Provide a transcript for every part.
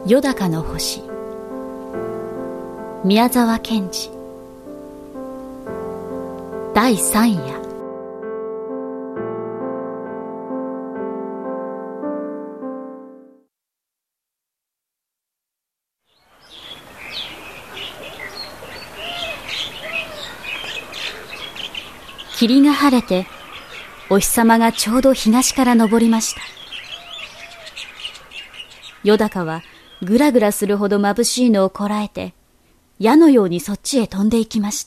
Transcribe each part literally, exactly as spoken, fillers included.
よだかの星。宮沢賢治。だいさん夜。霧が晴れて、お日様がちょうど東から昇りました。よだかはぐらぐらするほど眩しいのをこらえて、矢のようにそっちへ飛んでいきました。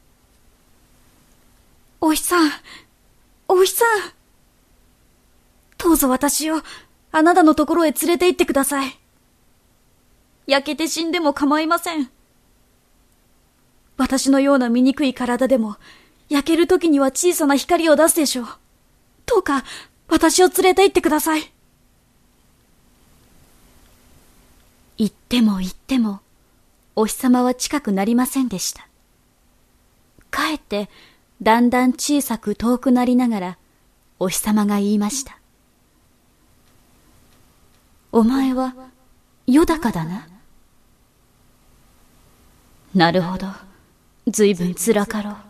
お日さん、お日さん。どうぞ私をあなたのところへ連れて行ってください。焼けて死んでも構いません。私のような醜い体でも、焼けるときには小さな光を出すでしょう。どうか私を連れて行ってください。 行っても行っても、お日様は近くなりませんでした。かえってだんだん小さく遠くなりながら、お日様が言いました。お前はよだかだな。なるほど、ずいぶんつらかろう。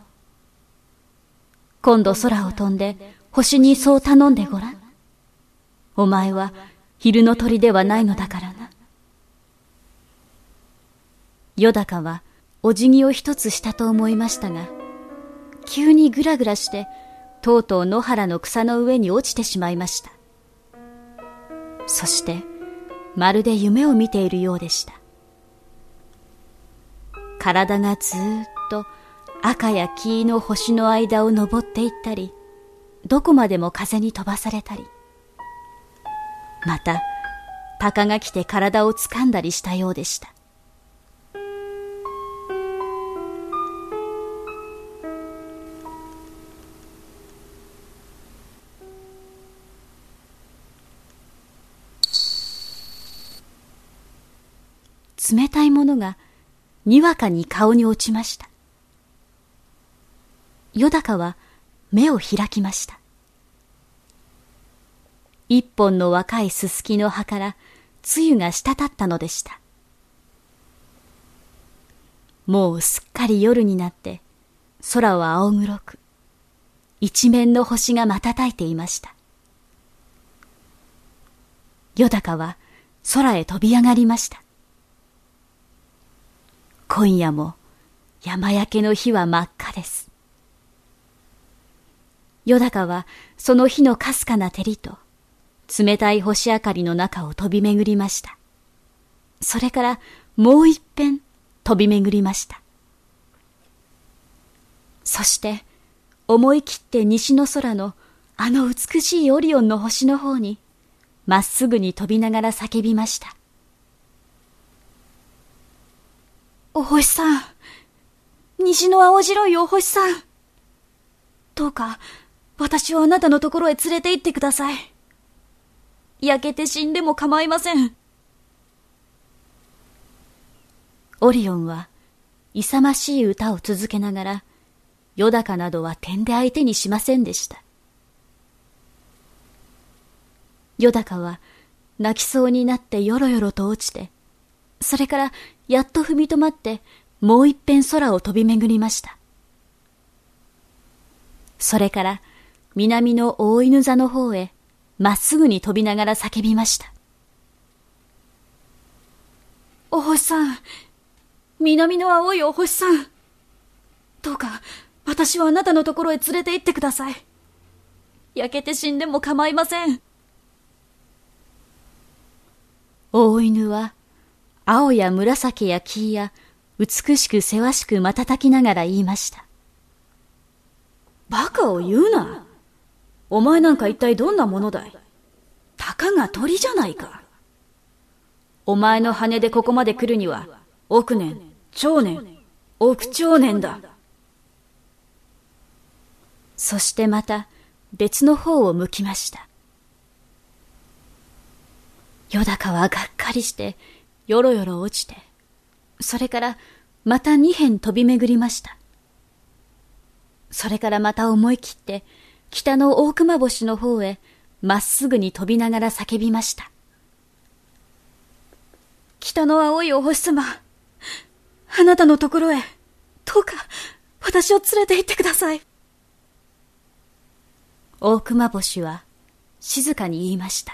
今度空を飛んで星にそう頼んでごらん。お前は昼の鳥ではないのだからな。よだかはお辞儀を一つしたと思いましたが、急にぐらぐらしてとうとう野原の草の上に落ちてしまいました。そしてまるで夢を見ているようでした。体がずーっと赤や黄の星の間を登っていったり、どこまでも風に飛ばされたり、また鷹が来て体を掴んだりしたようでした。冷たいものがにわかに顔に落ちました。よだかは目を開きました。一本の若いすすきの葉から露が滴ったのでした。もうすっかり夜になって空は青黒く、一面の星が瞬いていました。よだかは空へ飛び上がりました。今夜も山焼けの日は真っ赤です。よだかはその火のかすかな照りと冷たい星明かりの中を飛び巡りました。それからもう一遍飛び巡りました。そして思い切って西の空のあの美しいオリオンの星の方にまっすぐに飛びながら叫びました。 お星さん、西の青白いお星さん。どうか私をあなたのところへ連れて行ってください。焼けて死んでも構いません。 オリオンは勇ましい歌を続けながら、よだかなどは点で相手にしませんでした。よだかは泣きそうになってよろよろと落ちて、それからやっと踏みとまってもう一遍空を飛び巡りました。それから南の大犬座の方へまっすぐに飛びながら叫びました。 お星さん、南の青いお星さん。どうか私をあなたのところへ連れて行ってください。焼けて死んでも構いません。 大犬は青や紫や黄や美しくせわしく瞬きながら言いました。 バカを言うな。お前なんか一体どんなものだい。たかが鳥じゃないか。お前の羽でここまで来るには億年、長年、億長年だ。 そしてまた別の方を向きました。よだかはがっかりしてよろよろ落ちて、それからまた二辺飛び巡りました。それからまた思い切って北の大熊星の方へまっすぐに飛びながら叫びました。 北の青いお星様、あなたのところへ、どうか私を連れて行ってください。 大熊星は静かに言いました。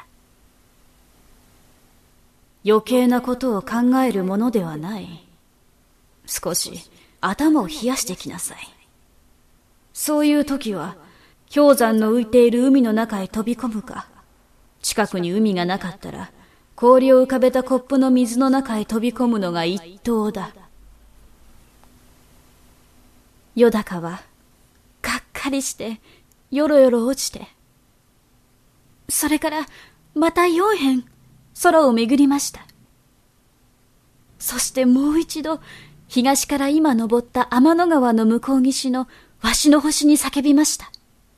余計なことを考えるものではない。少し頭を冷やしてきなさい。そういう時は氷山の浮いている海の中へ飛び込むか、近くに海がなかったら氷を浮かべたコップの水の中へ飛び込むのが一等だ。よだかはがっかりしてよろよろ落ちて、それからまた四辺空を巡りました。そしてもう一度東から今登った天の川の向こう岸のわしの星に叫びました。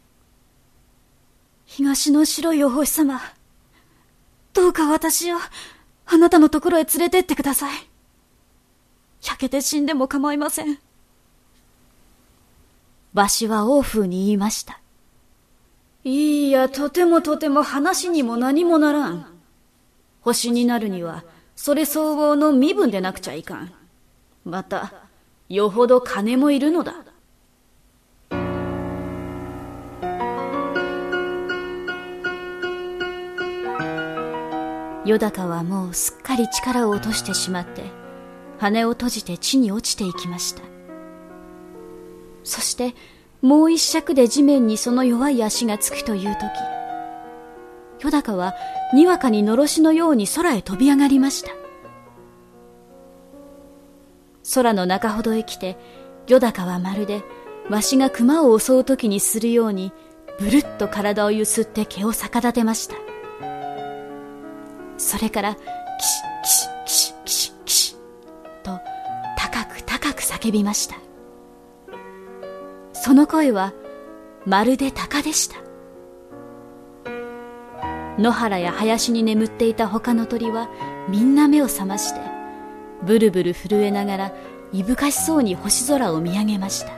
東の白いお星様、どうか私をあなたのところへ連れてってください。焼けて死んでも構いません。わしは王風に言いました。 いいや、とてもとても話にも何もならん。星になるにはそれ相応の身分でなくちゃいかん。またよほど金もいるのだ。 よだかはもうすっかり力を落としてしまって、羽を閉じて地に落ちていきました。そしてもう一尺で地面にその弱い足がつくという時、よだかはにわかにのろしのように空へ飛び上がりました。空の中ほどへ来て、よだかはまるでわしが熊を襲う時にするようにぶるっと体をゆすって毛を逆立てました。それからキシッキシッキシッキシッキシッと高く高く叫びました。その声はまるで鷹でした。野原や林に眠っていた他の鳥はみんな目を覚まして、ブルブル震えながらいぶかしそうに星空を見上げました。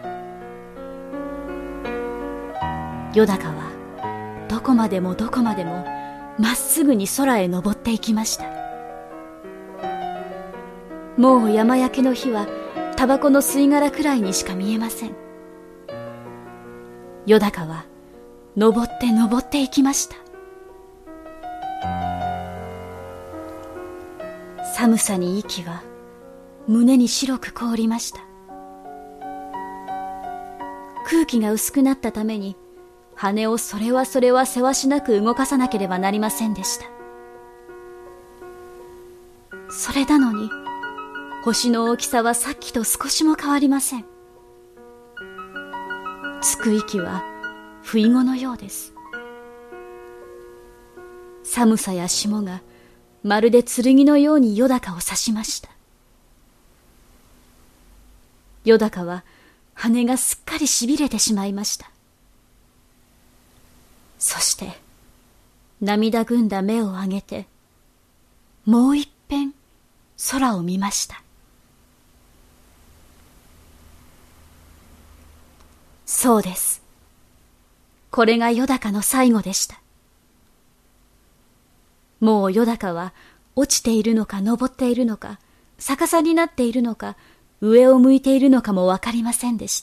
よだかはどこまでもどこまでもまっすぐに空へ登っていきました。もう山焼けの火はタバコの吸い殻くらいにしか見えません。よだかは登って登っていきました。寒さに息は胸に白く凍りました。空気が薄くなったために羽をそれはそれはせわしなく動かさなければなりませんでした。それなのに星の大きさはさっきと少しも変わりません。つく息は不意語のようです。寒さや霜がまるで剣のようによだかを刺しました。よだかは羽がすっかりしびれてしまいました。そして涙ぐんだ目を上げてもう一遍空を見ました。そうです。これがよだかの最後でした。もうよだかは落ちているのか登っているのか逆さになっているのか上を向いているのかもわかりませんでした。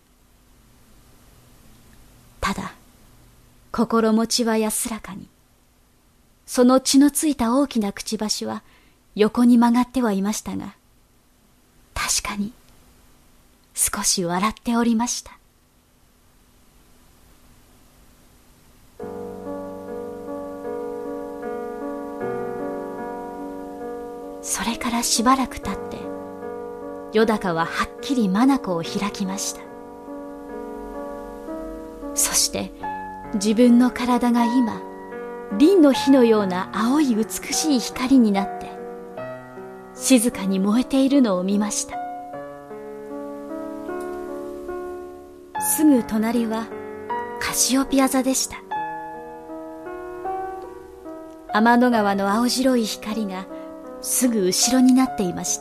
ただ心持ちは安らかに、その血のついた大きなくちばしは横に曲がってはいましたが、確かに少し笑っておりました。それからしばらく経って、よだかははっきり眼を開きました。そして自分の体が今、輪の火のような青い美しい光になって、静かに燃えているのを見ました。すぐ隣はカシオピア座でした。天の川の青白い光がすぐ後ろになっていました。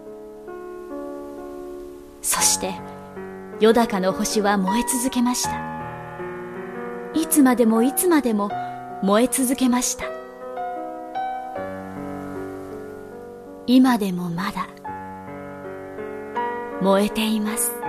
そしてよだかの星は燃え続けました。いつまでもいつまでも燃え続けました。 今でもまだ燃えています。